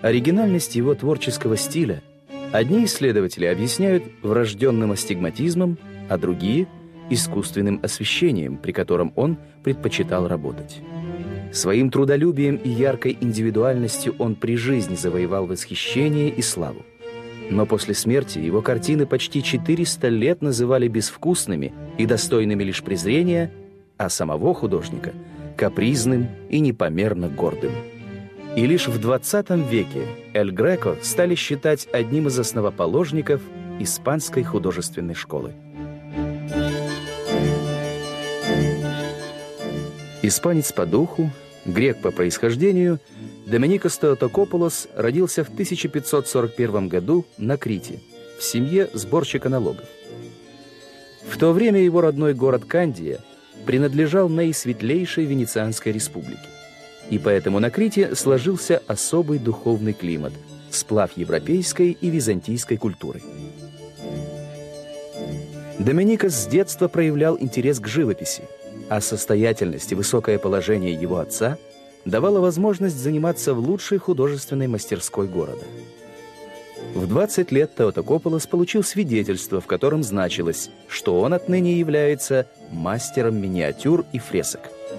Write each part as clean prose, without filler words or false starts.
Оригинальность его творческого стиля одни исследователи объясняют врожденным астигматизмом, а другие — искусственным освещением, при котором он предпочитал работать. Своим трудолюбием и яркой индивидуальностью он при жизни завоевал восхищение и славу. Но после смерти его картины почти 400 лет называли безвкусными и достойными лишь презрения, а самого художника — капризным и непомерно гордым. И лишь в 20 веке Эль Греко стали считать одним из основоположников испанской художественной школы. Испанец по духу, грек по происхождению, Доминикос Теотокопулос родился в 1541 году на Крите, в семье сборщика налогов. В то время его родной город Кандия принадлежал наисветлейшей Венецианской республике. И поэтому на Крите сложился особый духовный климат, сплав европейской и византийской культуры. Доминикос с детства проявлял интерес к живописи, а состоятельность и высокое положение его отца давало возможность заниматься в лучшей художественной мастерской города. В 20 лет Теотокопулос получил свидетельство, в котором значилось, что он отныне является мастером миниатюр и фресок.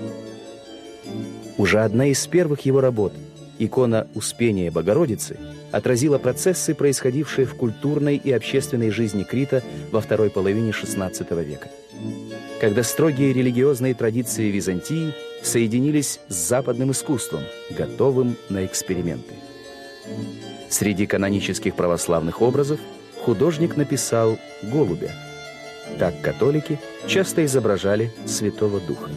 Уже одна из первых его работ, икона Успения Богородицы, отразила процессы, происходившие в культурной и общественной жизни Крита во второй половине XVI века, когда строгие религиозные традиции Византии соединились с западным искусством, готовым на эксперименты. Среди канонических православных образов художник написал голубя. Так католики часто изображали Святого Духа.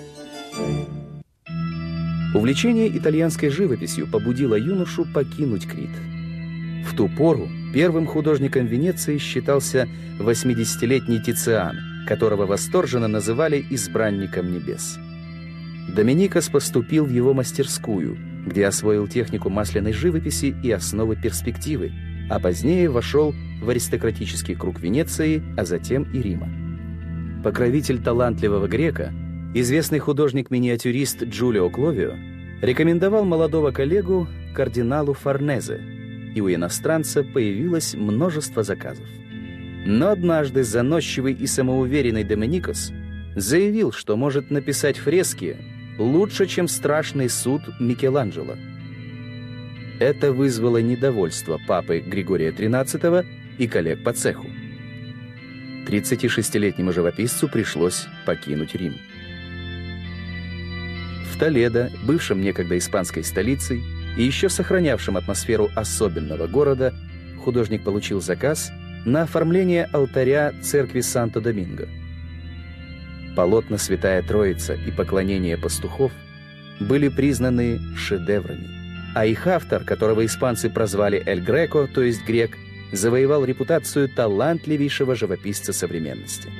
Увлечение итальянской живописью побудило юношу покинуть Крит. В ту пору первым художником Венеции считался 80-летний Тициан, которого восторженно называли «избранником небес». Доминикос поступил в его мастерскую, где освоил технику масляной живописи и основы перспективы, а позднее вошел в аристократический круг Венеции, а затем и Рима. Покровитель талантливого грека, известный художник-миниатюрист Джулио Кловио, рекомендовал молодого коллегу кардиналу Форнезе, и у иностранца появилось множество заказов. Но однажды заносчивый и самоуверенный Доминикос заявил, что может написать фрески лучше, чем «Страшный суд» Микеланджело. Это вызвало недовольство папы Григория XIII и коллег по цеху. 36-летнему живописцу пришлось покинуть Рим. В Толедо, бывшем некогда испанской столицей и еще сохранявшем атмосферу особенного города, художник получил заказ на оформление алтаря церкви Санто-Доминго. Полотна «Святая Троица» и «Поклонение пастухов» были признаны шедеврами, а их автор, которого испанцы прозвали Эль Греко, то есть грек, завоевал репутацию талантливейшего живописца современности.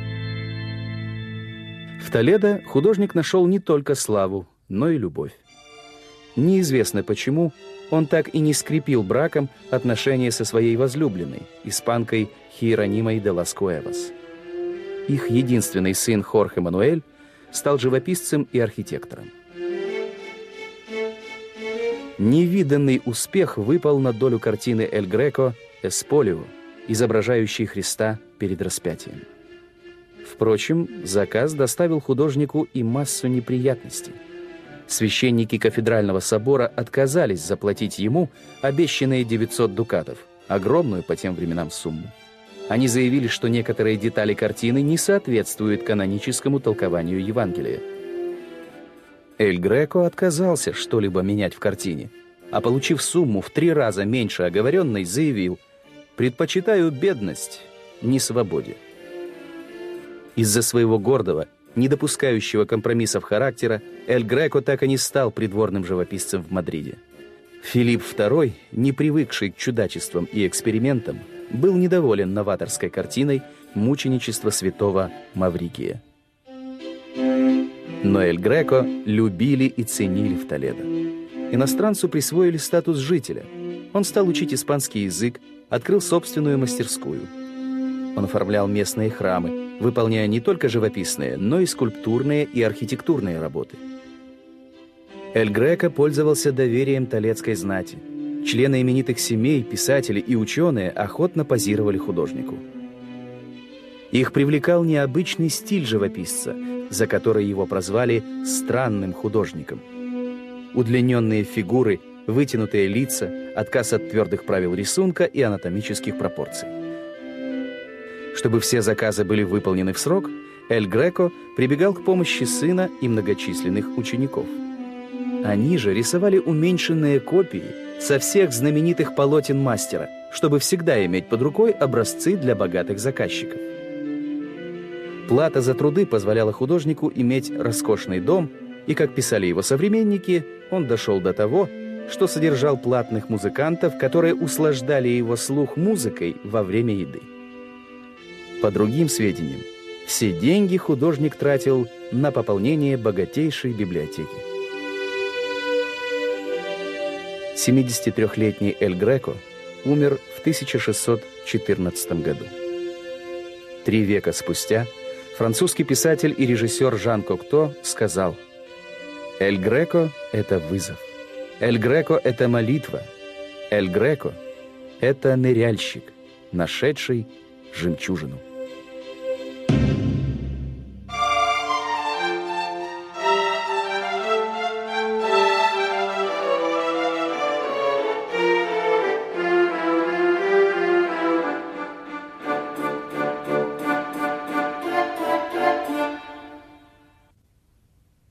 В Толедо художник нашел не только славу, но и любовь. Неизвестно почему он так и не скрепил браком отношения со своей возлюбленной, испанкой Хиеронимой де лас Куэвас. Их единственный сын Хорхе Мануэль стал живописцем и архитектором. Невиданный успех выпал на долю картины Эль Греко «Эсполио», изображающей Христа перед распятием. Впрочем, заказ доставил художнику и массу неприятностей. Священники кафедрального собора отказались заплатить ему обещанные 900 дукатов, огромную по тем временам сумму. Они заявили, что некоторые детали картины не соответствуют каноническому толкованию Евангелия. Эль Греко отказался что-либо менять в картине, а, получив сумму в 3 раза меньше оговоренной, заявил: «Предпочитаю бедность несвободе». Из-за своего гордого, не допускающего компромиссов характера, Эль Греко так и не стал придворным живописцем в Мадриде. Филипп II, не привыкший к чудачествам и экспериментам, был недоволен новаторской картиной «Мученичество святого Маврикия». Но Эль Греко любили и ценили в Толедо. Иностранцу присвоили статус жителя. Он стал учить испанский язык, открыл собственную мастерскую. Он оформлял местные храмы, выполняя не только живописные, но и скульптурные и архитектурные работы. Эль Греко пользовался доверием толедской знати. Члены именитых семей, писатели и ученые охотно позировали художнику. Их привлекал необычный стиль живописца, за который его прозвали «странным художником». Удлиненные фигуры, вытянутые лица, отказ от твердых правил рисунка и анатомических пропорций. Чтобы все заказы были выполнены в срок, Эль Греко прибегал к помощи сына и многочисленных учеников. Они же рисовали уменьшенные копии со всех знаменитых полотен мастера, чтобы всегда иметь под рукой образцы для богатых заказчиков. Плата за труды позволяла художнику иметь роскошный дом, и, как писали его современники, он дошел до того, что содержал платных музыкантов, которые услаждали его слух музыкой во время еды. По другим сведениям, все деньги художник тратил на пополнение богатейшей библиотеки. 73-летний Эль Греко умер в 1614 году. 3 века спустя французский писатель и режиссер Жан Кокто сказал: «Эль Греко — это вызов. Эль Греко — это молитва. Эль Греко — это ныряльщик, нашедший жемчужину».